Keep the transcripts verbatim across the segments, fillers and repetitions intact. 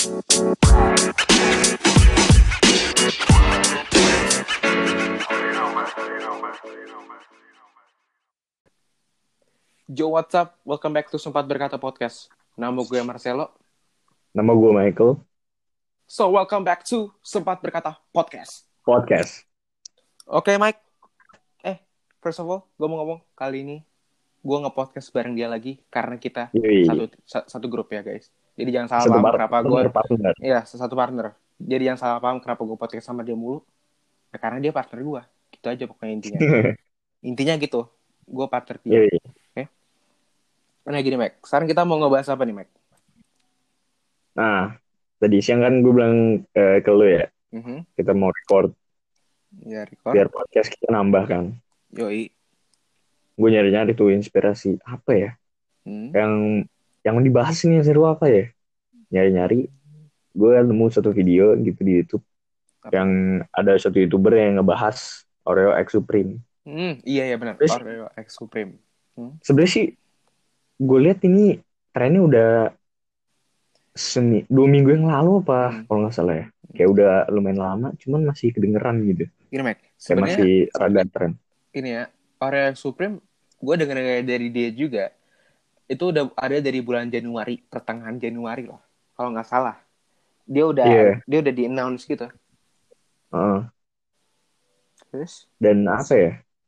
Yo, what's up? Welcome back to Sempat Berkata Podcast. Nama gue Marcelo. Nama gue Michael. So, welcome back to Sempat Berkata Podcast. Podcast. Oke, okay, Mike. Eh, first of all, gue mau ngomong kali ini gue nge-podcast bareng dia lagi karena kita Yui. satu satu grup ya, guys. Jadi jangan salah Satu paham bar- kenapa partner, gue partner. Iya, satu partner. Jadi jangan salah paham kenapa gue podcast sama dia mulu. Ya, karena dia partner gue. Gitu aja pokoknya intinya. Intinya gitu. Gue partner dia. Yui. Oke. Okay? Nah, gini, Mike. Sekarang kita mau ngebahas apa nih, Mike? Nah, tadi siang kan gue bilang uh, ke lu ya, Mm-hmm. kita mau record Ya, record. biar podcast kita nambah kan. Yoi. Gue nyari-nyari tuh inspirasi apa ya, Hmm. yang yang dibahas nih yang seru apa ya. Nyari-nyari, gue nemu satu video gitu di YouTube Apa? yang ada satu YouTuber yang ngebahas Oreo X Supreme. Hmm, iya ya benar. Terus- Oreo X Supreme. Hmm. Sebenarnya sih, gue lihat ini trennya udah semi dua minggu yang lalu apa Hmm. kalau nggak salah ya. Kayak udah lumayan lama, cuman masih kedengeran gitu. Gini, Mac. Kayak Sebenarnya masih rada tren. ini ya, Oreo X Supreme gue dengar dari dia juga. Itu udah ada dari bulan Januari, pertengahan Januari lah. Kalau nggak salah. Dia udah Iya. dia udah di-announce gitu. Heeh. Terus Dan apa ya?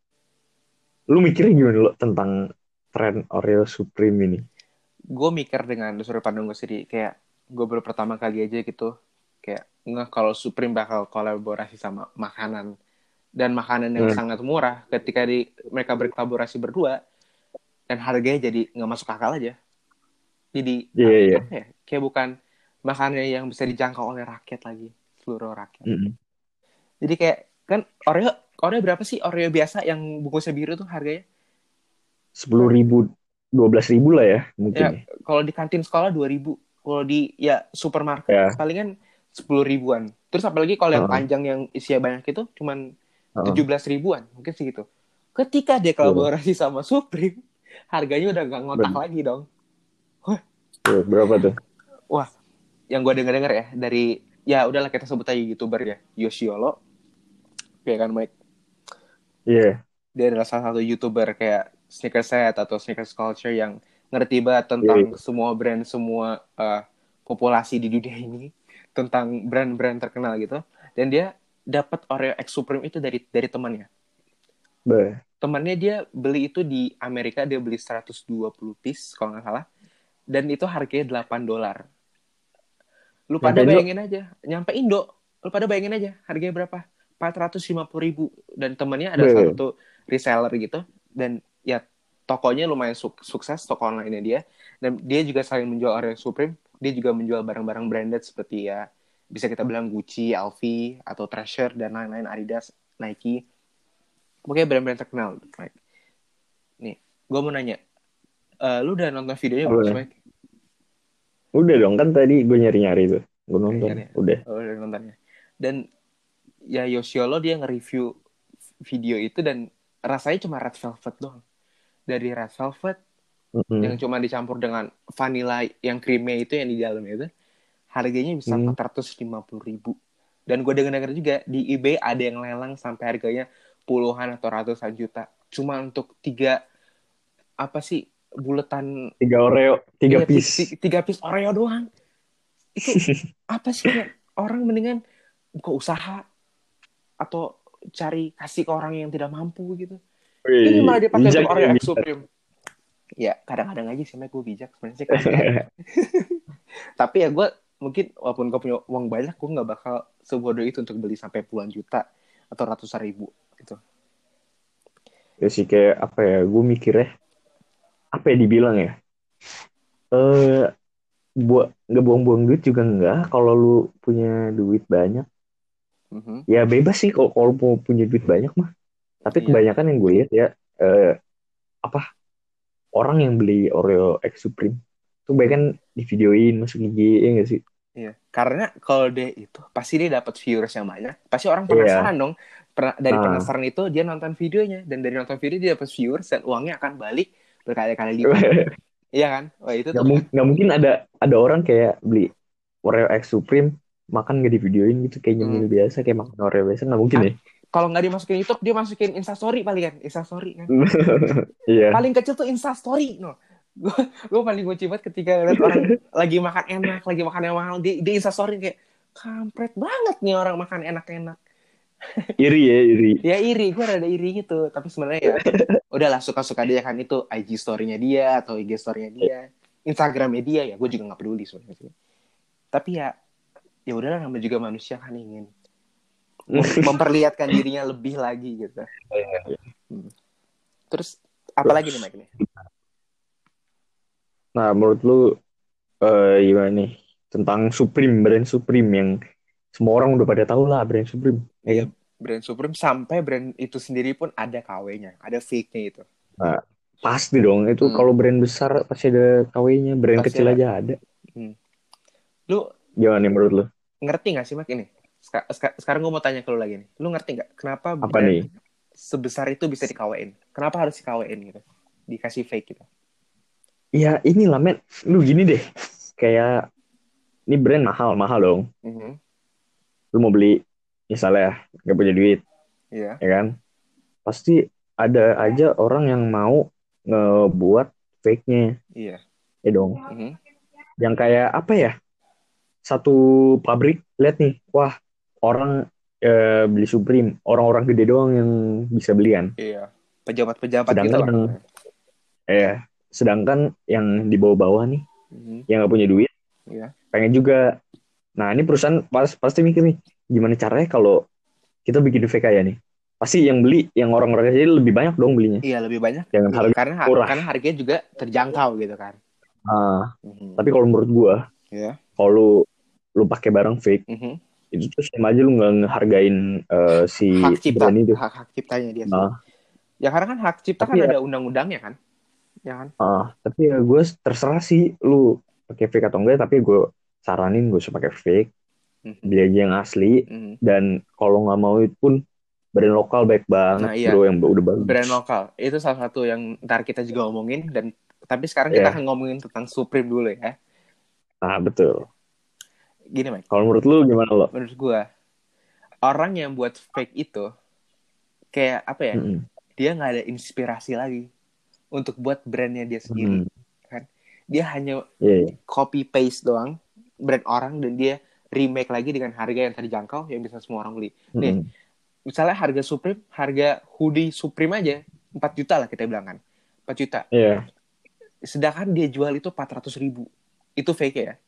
Lu mikirnya gimana lo tentang tren Oreo Supreme ini? gue mikir dengan sudut pandang gue sendiri, kayak gue baru pertama kali aja gitu kayak nggak kalau Supreme bakal kolaborasi sama makanan dan makanan yang Hmm. sangat murah ketika di mereka berkolaborasi berdua dan harganya jadi nggak masuk akal aja. Jadi Iya, iya. apa ya, kayak bukan makanan yang bisa dijangkau oleh rakyat lagi, seluruh rakyat. Mm-mm. Jadi kayak kan Oreo Oreo berapa sih Oreo biasa yang bungkusnya biru tuh harganya? Sepuluh ribu, dua belas ribu lah ya mungkin. Ya, Ya. kalau di kantin sekolah dua ribu. Kalau di ya supermarket Ya. palingan sepuluh ribuan. Terus apalagi kalau yang Uh-uh. panjang yang isinya banyak itu cuman Uh-uh. tujuh belas ribuan, mungkin segitu. Ketika dia kolaborasi sama Supreme, harganya udah gak ngotak Ben- lagi dong. Tuh, berapa tuh? Wah, yang gue denger-denger ya dari ya udahlah kita sebut aja YouTuber ya, Yoshiolo. Ya kan, Mike? Iya. Dia adalah salah satu YouTuber kayak sneakerhead atau sneakers culture yang ngerti banget tentang Iya. semua brand, semua uh, populasi di dunia ini, tentang brand-brand terkenal gitu. Dan dia dapat Oreo X Supreme itu dari dari temannya. Be. Temannya dia beli itu di Amerika, dia beli seratus dua puluh piece kalau nggak salah. Dan itu harganya delapan dolar. Lu pada Nyampe Indo? bayangin aja, nyampe Indo, lu pada bayangin aja harganya berapa? empat ratus lima puluh ribu. Dan temannya ada Be. salah satu reseller gitu. Dan ya tokonya lumayan su- sukses, toko online-nya dia. Dan dia juga selain menjual Oreo Supreme, dia juga menjual barang-barang branded seperti ya bisa kita bilang Gucci, L V, atau Treasure, dan lain-lain, Adidas, Nike. Pokoknya brand-brand terkenal, Mike. Nih, gue mau nanya, uh, lu udah nonton videonya belum, Boleh. Mike? Udah dong, kan tadi gue nyari-nyari tuh. Gue nonton. Kan ya? Udah. Oh, udah nontonnya. Dan ya Yoshiolo dia nge-review video itu dan rasanya cuma red velvet doang. Dari red velvet Mm-mm. yang cuma dicampur dengan vanilla yang creamy itu yang di dalamnya itu, harganya bisa Hmm. empat ratus lima puluh ribu. Dan gue dengar-dengar juga di eBay ada yang lelang sampai harganya puluhan atau ratusan juta. Cuma untuk tiga apa sih buletan Tiga Oreo, tiga iya, piece. ti- tiga piece Oreo doang. Itu apa sih, kayak orang mendingan buka usaha atau cari kasih ke orang yang tidak mampu gitu. Wih, Ini malah dipakai bijak untuk Oreo ya, X bijak. Supreme. Ya kadang-kadang aja sih, gue bijak sebenarnya sih kasihan. Tapi ya gue mungkin walaupun gue punya uang banyak, gue nggak bakal sebodoh itu untuk beli sampai puluhan juta atau ratusan ribu gitu. Ya sih kayak apa ya, gue mikirnya apa ya dibilang ya, eh buat nggak buang-buang duit juga enggak. Kalau lu punya duit banyak Mhm. ya bebas sih kalau kalau mau punya duit banyak mah. Tapi Iya. kebanyakan yang gue lihat ya eh, apa orang yang beli Oreo X Supreme tuh banyak kan di videoin masuk I G ya nggak sih? Iya, karena kalau dia itu pasti dia dapat viewers yang banyak. Pasti orang penasaran Iya. dong. Per- dari Ah. penasaran itu dia nonton videonya, dan dari nonton video dia dapat viewers dan uangnya akan balik berkali-kali lipat. Iya kan? Wah itu Nggak, tuh mung- nggak mungkin ada ada orang kayak beli Oreo X Supreme makan gak di videoin gitu kayak Hmm. nyemil biasa kayak makan Oreo biasa nggak mungkin Ah, ya. kalau nggak dimasukin YouTube, dia masukin Instastory paling kan, Instastory kan. Iya. Paling kecil tuh Instastory, no. Gue gue paling gue banget ketika lihat orang lagi makan enak, lagi makan yang mahal, di di Instastory kayak kampret banget nih orang makan enak-enak. Iri ya iri. Ya iri, gue rada iri gitu. Tapi sebenarnya ya udahlah suka-suka dia kan, itu I G story-nya dia atau I G story-nya dia, Instagram-nya dia, ya gue juga nggak peduli sebenarnya. Tapi ya ya udahlah, namanya juga manusia kan ingin mem- memperlihatkan dirinya lebih lagi gitu. Hmm. Terus apalagi nih Mike nih? Nah, menurut lu eh, gimana nih tentang Supreme, brand Supreme yang semua orang udah pada tahu lah brand Supreme, ya Iya, kan? brand Supreme sampai brand itu sendiri pun ada K W-nya, ada fake-nya itu. Nah, pasti dong itu Hmm, kalau brand besar pasti ada K W-nya, brand pasti kecil ada. aja ada. Hmm. Lu Gimana nih menurut lu? ngerti nggak sih Mike ini? Seka- seka- sekarang gue mau tanya ke lu lagi nih. Lu ngerti nggak kenapa Apa brand nih? sebesar itu bisa di K W-in? Kenapa harus di K W-in gitu? Dikasih fake gitu. Ya inilah men, lu gini deh, kayak ini brand mahal mahal dong. Mhm. Lu mau beli misalnya nggak punya duit, Iya. ya kan? Pasti ada aja orang yang mau ngebuat fake-nya, Iya. ya dong. Mhm. Yang kayak apa ya? Satu pabrik lihat nih, wah orang eh, beli Supreme, orang-orang gede doang yang bisa belian. Iya. Pejabat-pejabat gitu Sedangkan lah. yang eh sedangkan yang di bawah-bawah nih, Mhm. yang nggak punya duit, Iya. pengen juga. Nah ini perusahaan pas, pasti mikir nih, gimana caranya kalau kita bikin fake kayak nih? Pasti yang beli, yang orang-orang kecil lebih banyak dong belinya. Iya, lebih banyak Jangan ya, harga karena murah. karena harganya juga terjangkau gitu kan. Nah, Mhm. tapi kalau menurut gua, Iya. kalau lu, lu pakai barang fake, Mhm. itu tuh sama aja lu nggak ngehargain eh, si Hak cipta, brand itu. hak hak ciptanya dia sih. Nah, Ya karena kan hak cipta tapi kan ya, ada undang-undangnya kan, ya kan? ah, tapi ya gue terserah sih lu pakai fake atau enggak. Tapi gue saranin gue usah pakai fake, Mhm. beli aja yang asli. Mhm. Dan kalau nggak mau itu pun brand lokal baik banget Nah iya, bro, yang udah bagus. brand lokal itu salah satu yang ntar kita juga ngomongin, dan tapi sekarang kita Ya, akan ngomongin tentang Supreme dulu ya. nah betul. Gini Mike, Kalau menurut lu gimana lo? menurut gue orang yang buat fake itu kayak apa ya? Mm-mm. Dia nggak ada inspirasi lagi untuk buat brandnya dia sendiri, Mm. kan? Dia hanya Iya, iya. copy paste doang brand orang, dan dia remake lagi dengan harga yang terjangkau yang bisa semua orang beli. Nih, Mm-mm. misalnya harga Supreme, harga hoodie Supreme aja empat juta lah kita bilang kan. Empat juta. Iya. Sedangkan dia jual itu empat ratus ribu. Itu fake ya.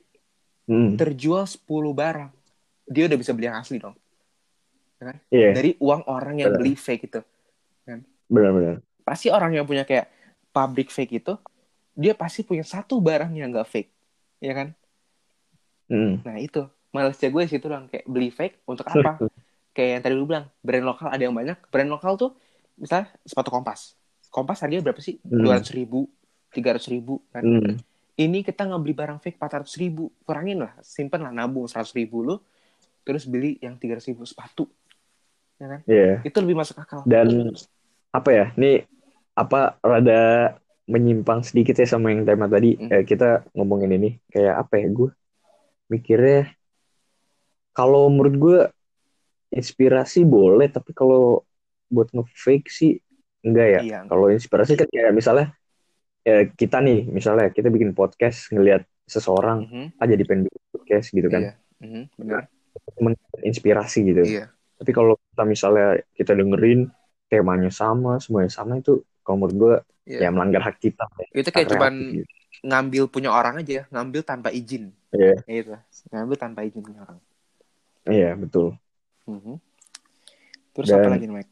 Mm. Terjual sepuluh barang. Dia udah bisa beli yang asli dong. Kan? Iya, Dari uang orang yang beli benar. fake itu. Kan? Benar-benar. Pasti orang yang punya kayak pabrik fake itu, dia pasti punya satu barang yang gak fake. Ya kan? Mm. Nah itu. Malesnya gue situ dong. Kayak beli fake untuk apa? Kayak yang tadi lu bilang. Brand lokal ada yang banyak. Brand lokal tuh misalnya sepatu Kompas. Kompas harganya berapa sih? dua Mm. ratus ribu, tiga ratus ribu kan. Mm. Ini kita nggak beli barang fake empat ratus ribu. Kurangin lah, simpen lah, nabung seratus ribu lu, terus beli yang tiga ratus ribu sepatu. Ya kan? Iya. Itu lebih masuk akal. Dan apa ya, ini apa rada menyimpang sedikit ya sama yang tema tadi. Hmm. Eh, kita ngomongin ini kayak apa ya, gue mikirnya kalau menurut gue inspirasi boleh, tapi kalau buat nge-fake sih enggak ya. Iya, enggak. Kalau inspirasi kan kayak misalnya ya kita nih, misalnya kita bikin podcast ngelihat seseorang Mhm. aja di pengen bikin podcast gitu kan. Iya. Mhm, benar. Cuman inspirasi gitu. Iya. Tapi kalau kita misalnya kita dengerin temanya sama, semuanya sama, itu kalau menurut gue ya Iya. melanggar hak kita. Itu Hak kayak cuman kreatif gitu. ngambil punya orang aja, ngambil tanpa izin. Iya, Ya itu. Ngambil tanpa izin punya orang. iya betul. Mhm. Terus apa Dan lagi nih, Mike?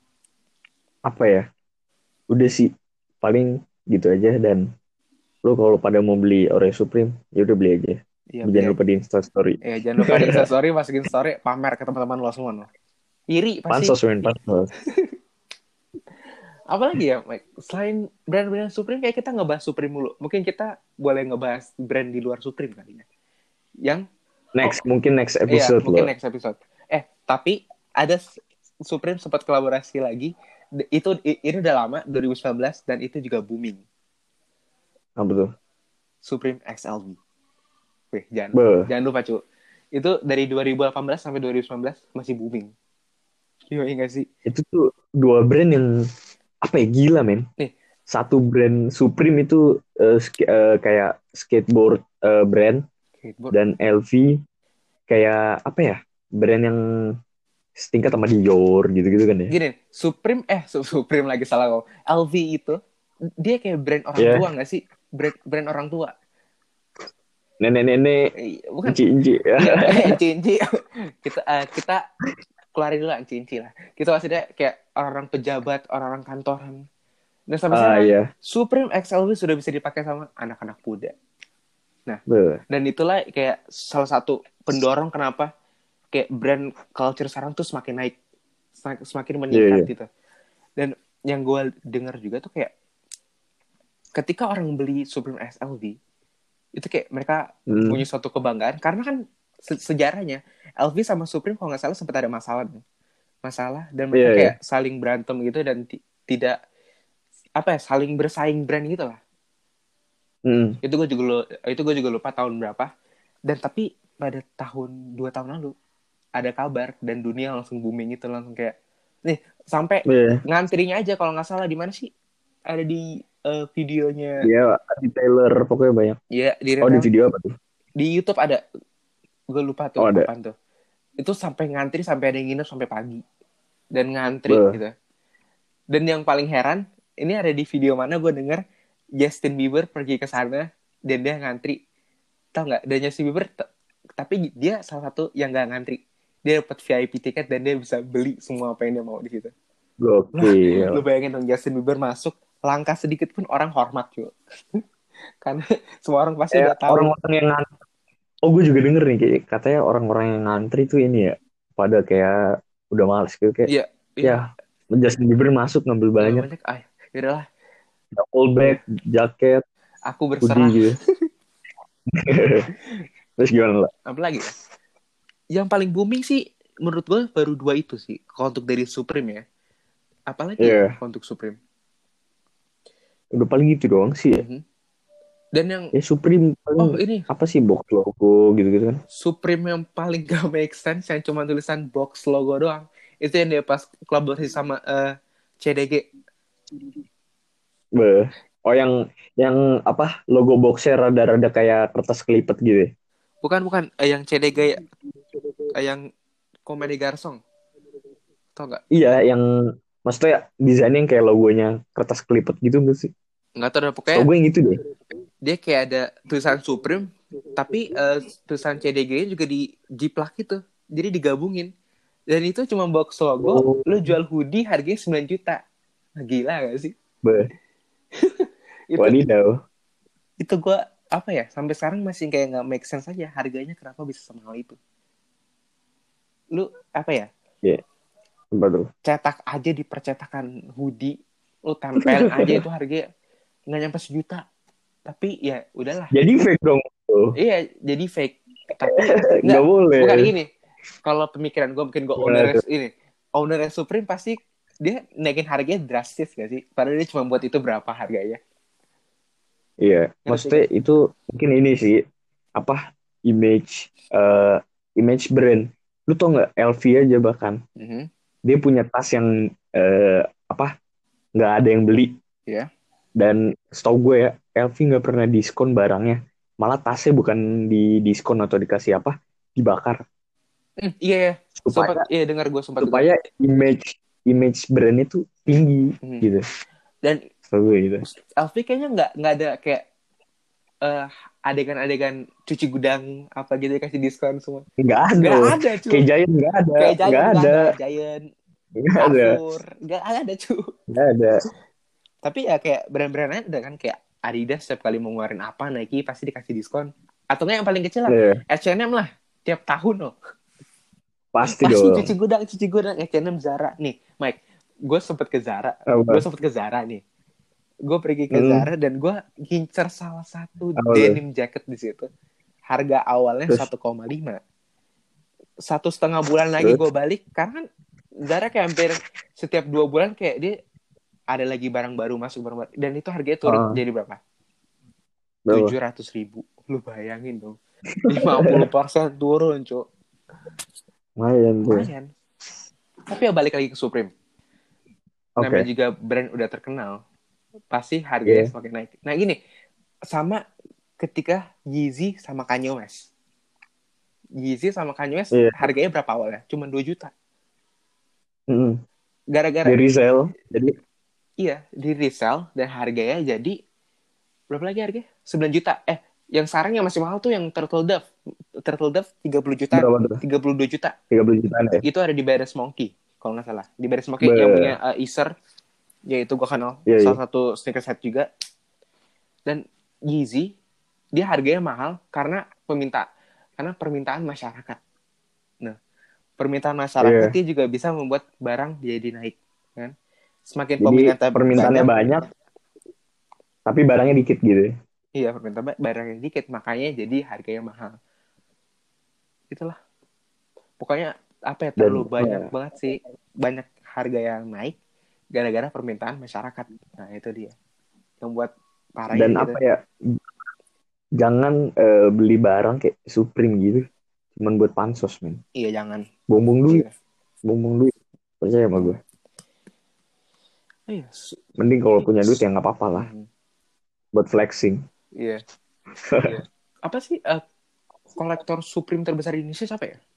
apa ya? Udah sih paling gitu aja. Dan lo kalau pada mau beli Oreo Supreme, ya udah beli aja. Iya, Jangan beli. lupa di Insta Story. Iya, jangan lupa di Instastory, masukin story, pamer ke teman-teman lo semua. No. Iri pasti. Pansos men, pansos. Apalagi ya, Mike? Selain brand-brand Supreme, kayak kita ngebahas Supreme mulu. Mungkin kita boleh ngebahas brand di luar Supreme kali ya. Yang Next, oh, mungkin next iya, episode mungkin loh. next episode. Eh, tapi ada Supreme sempat kolaborasi lagi. Itu ini udah lama, dua ribu sembilan belas, dan itu juga booming. Apa tuh? Supreme X L V. Wih, jangan, Beuh. jangan lupa cu. Itu dari dua ribu delapan belas sampai dua ribu sembilan belas masih booming. Iya enggak sih? Itu tuh dua brand yang apa ya, gila men. Nih, Satu brand Supreme itu eh, sk- eh, kayak skateboard eh, brand, skateboard. dan L V kayak apa ya, brand yang setingkat sama Dior gitu-gitu kan ya. Gini, Supreme eh Su- Supreme lagi salah kok. L V itu dia kayak brand orang Ya, tua nggak sih? Brand brand orang tua. nenek-nenek, Eh, bukan. inci-inci. Iya, inci-inci. kita eh, kita keluarin dulu inci-inci lah. Kita maksudnya kayak orang-orang pejabat, orang-orang kantoran. Dan sampai Ah sekarang iya. Supreme X L V sudah bisa dipakai sama anak-anak muda. Nah, Beuh. dan itulah kayak salah satu pendorong kenapa kayak brand culture sekarang tuh semakin naik, semakin, semakin Iya, meningkat iya. gitu. Dan yang gue dengar juga tuh kayak ketika orang beli Supreme X L V itu kayak mereka Hmm. punya suatu kebanggaan karena kan se- sejarahnya L V sama Supreme kalau nggak salah sempat ada masalah nih. masalah dan mereka Iya, iya. kayak saling berantem gitu dan ti- tidak apa ya saling bersaing brand gitu lah. Hmm. Itu gue juga lu- itu gue juga lupa tahun berapa. Dan tapi pada tahun dua tahun lalu ada kabar dan dunia langsung booming itu langsung kayak nih sampai Iya. ngantrinya aja kalau nggak salah di mana sih ada di eh, videonya Dia di Taylor pokoknya banyak. ya di Oh, di retail video apa tuh? di YouTube ada gue lupa Oh, tuh ada. apaan tuh itu sampai ngantri sampai ada yang nginep sampai pagi dan ngantri Beuh. gitu. Dan yang paling heran ini ada di video mana gue denger Justin Bieber pergi ke sana dan dia ngantri tau nggak dan Justin Bieber t- tapi dia salah satu yang nggak ngantri dia dapat V I P tiket dan dia bisa beli semua apa yang dia mau di situ. Gokil. Lu bayangin dong Justin Bieber masuk langkah sedikit pun orang hormat cuy. Karena semua orang pasti udah Kayak tahu. orang-orang yang ngantri. Oh, gue juga denger nih kayak katanya orang-orang yang ngantri tuh ini ya pada kayak udah males gitu kayak Iya, iya. ya Justin Bieber masuk ngambil Iya, banyak, banyak. Ah, yaudahlah, duffel bag, jaket, aku hoodie berserah. gitu. Terus gimana lah? Apalagi ya? Yang paling booming sih menurut gue baru dua itu sih. Kalau untuk dari Supreme ya. Apalagi Iya. ya kalau untuk Supreme. Udah paling gitu doang sih ya. Mhm. Dan yang Ya Supreme paling oh ini apa sih, box logo gitu-gitu kan. Supreme yang paling gak make sense yang cuma tulisan box logo doang. Itu yang dia pas kolaborasi sama eh, C D G. Beuh. Oh, yang yang apa, logo boxnya rada-rada kayak kertas kelipet gitu ya? Bukan bukan eh, yang C D G ya. Eh, yang komedi garsong. Tau gak? Iya, yang maksudnya desainnya yang kayak logonya kertas kelipet gitu nggak sih? Nggak tahu deh Tau pokoknya gue yang gitu deh. dia kayak ada tulisan Supreme tapi eh, tulisan C D G-nya juga di jiplak gitu. Jadi digabungin. Dan itu cuma box logo, Oh, lu jual hoodie harganya sembilan juta. Nah, gila gak sih? beuh. Itu Wadidaw. itu gue apa ya sampai sekarang masih kayak nggak make sense aja harganya kenapa bisa semahal itu. Lu apa ya Ya, apa tuh? cetak aja di percetakan hoodie, lu tempel aja itu harganya nggak nyampe sejuta. Tapi ya udahlah. Jadi fake dong tuh. Iya jadi fake. Tapi Nggak nggak boleh. bukan gini. Kalau pemikiran gue mungkin gue Gimana owner ini owner Supreme pasti dia naikin harganya drastis gak sih? Padahal dia cuma buat itu berapa harganya? Iya, Ngerti maksudnya gak? itu mungkin ini sih apa, image eh, image brand. Lu tau nggak L V aja bahkan Mm-hmm. dia punya tas yang eh, apa, nggak ada yang beli. Iya. Dan setahu gue ya L V nggak pernah diskon barangnya, malah tasnya bukan di diskon atau dikasih apa, dibakar Mm, iya ya. supaya Sempat iya dengar gue sempat supaya image image brand itu tinggi Hmm. gitu. Dan Setahu gue gitu. L V kayaknya nggak nggak ada kayak eh, adegan-adegan cuci gudang apa gitu dikasih diskon semua. Nggak ada. Nggak ada cuy. Kayak Giant nggak ada. Kayak Giant Nggak nggak ada. ada. Giant, Nggak ada. Carrefour nggak ada cuy. Nggak ada. Tapi ya kayak brand-brand lain ada kan kayak Adidas setiap kali mau ngeluarin apa Nike pasti dikasih diskon. Atau nggak yang paling kecil lah Iya. H and M lah tiap tahun loh. Pasti, Pasti dong. cuci gudang cuci gudang H and M Zara nih Mike. Gue sempet ke Zara. Apa? Gue sempet ke Zara nih. Gue pergi ke Hmm. Zara dan gue ngincer salah satu Apa tuh? denim jacket di situ. Harga awalnya Terus? satu koma lima. Satu setengah bulan lagi Terus? gue balik karena kan Zara kayak hampir setiap dua bulan kayak dia ada lagi barang baru masuk barang baru dan itu harganya turun Ah. jadi berapa? Berapa? tujuh ratus ribu. Lu bayangin dong. lima puluh persen turun, Cuk. Lumayan tuh. Lumayan. Tapi ya balik lagi ke Supreme. Oke. Namanya juga brand udah terkenal, pasti harganya Iya. semakin naik. Nah gini, sama ketika Yeezy sama Kanye West. Yeezy sama Kanye West Iya. harganya berapa awalnya? Cuma dua juta. Mm-mm. Di Gara-gara, resell. Jadi iya, di resell dan harganya jadi, berapa lagi harganya? sembilan juta. Eh, yang sekarang yang masih mahal tuh yang Turtle Dove. Turtle Dove tiga puluh jutaan. berapa tuh? tiga puluh dua juta. tiga puluh jutaan ya? Itu ada di Beres Monkey, kalau nggak salah. Di Beres Monkey yang Be. punya uh, Easer, yaitu gue kenal, Iya, iya. salah satu sneakerhead juga. Dan Yeezy, dia harganya mahal karena peminta, karena permintaan masyarakat. Nah, permintaan masyarakat Iya. dia juga bisa membuat barang jadi naik, kan? Semakin Jadi peminatnya permintaannya banyak, banyak, tapi barangnya dikit gitu. iya permintaan barangnya dikit, makanya jadi harganya mahal. Itulah. Pokoknya apa ya, terlalu Dan banyak ya. banget sih, banyak harga yang naik gara-gara permintaan masyarakat. Nah itu dia yang buat parahnya Dan gitu. apa ya? Jangan uh, beli barang kayak Supreme gitu, cuman buat pansos, men. Iya jangan. Buang-buang duit, Iya. buang-buang duit. Percaya sama Hmm. gue. Iya. Mending kalau punya duit ya nggak apa-apa lah, Hmm. buat flexing. Iya. Iya. Apa sih uh, kolektor Supreme terbesar di Indonesia siapa ya?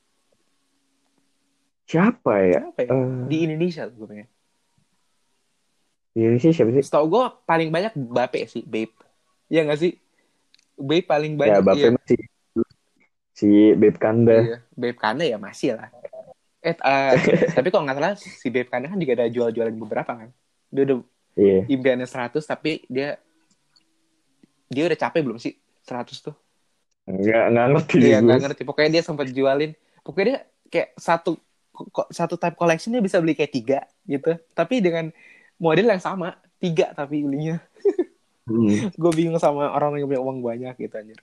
Siapa ya? Siapa ya? Uh, Di Indonesia tuh gue pengen. di Indonesia siapa sih? Setahu gue paling banyak Bape sih, Bape. Iya nggak sih? Bape paling Ya, banyak. Iya. Bape masih si Babe Kanda. Iya. Bape Kane ya masih lah. Eh, uh, tapi kalau nggak salah si Babe Kane kan juga ada jual-jualan beberapa kan. Dia udah Iya. impiannya seratus tapi dia dia udah capek belum sih seratus tuh? Nggak, nggak ngerti Iya, gue. nggak ngerti. Pokoknya dia sempat jualin. Pokoknya dia kayak satu kok satu type collection dia bisa beli kayak tiga gitu. Tapi dengan model yang sama, tiga tapi belinya. Hmm. Gue bingung sama orang yang punya uang banyak gitu anjir.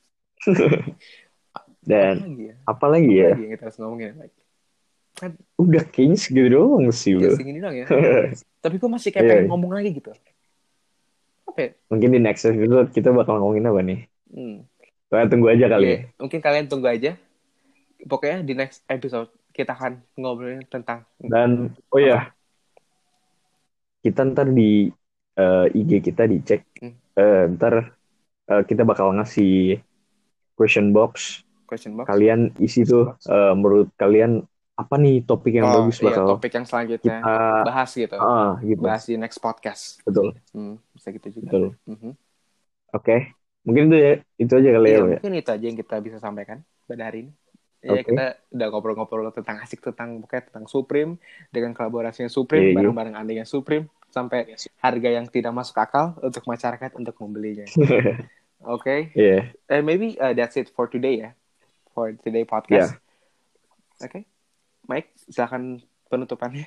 Dan Apa lagi ya? apa lagi Apa ya? lagi yang kita harus ngomongin lagi? Kan Udah kayaknya segitu doang sih ya bro. segini dong ya. Tapi gue masih kayak Iya. pengen ngomong lagi gitu. Apa ya? Mungkin di next episode kita bakal ngomongin apa nih? Hmm. Soalnya tunggu aja kali Ya, ya. mungkin kalian tunggu aja. Pokoknya di next episode kita akan ngobrolin tentang Dan oh ya, kita ntar di uh, I G kita dicek. Hmm. Uh, ntar uh, kita bakal ngasih question box. Question box. Kalian isi tuh uh, menurut kalian apa nih topik yang Oh, bagus iya, bakal topik yang selanjutnya kita bahas gitu. ah gitu. Bahas di next podcast. Betul. Hmm, bisa gitu juga. Betul. Mm-hmm. Oke. Okay. Mungkin itu ya, itu aja kali Iya, ya. mungkin itu aja yang kita bisa sampaikan pada hari ini. Iya, Okay. kita udah ngobrol-ngobrol tentang asik tentang pokoknya tentang Supreme dengan kolaborasinya Supreme, Yeah, barang-barang anehnya Supreme sampai harga yang tidak masuk akal untuk masyarakat untuk membelinya. Oke. Okay? Yeah. And maybe uh, that's it for today ya. For today podcast. Yeah. Oke. Okay. Mike, silakan penutupannya.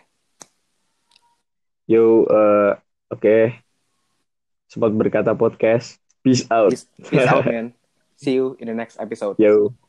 Yo, uh, oke. Okay. Sobat Berkata Podcast. Peace out. Peace, peace out, man. See you in the next episode. Yo.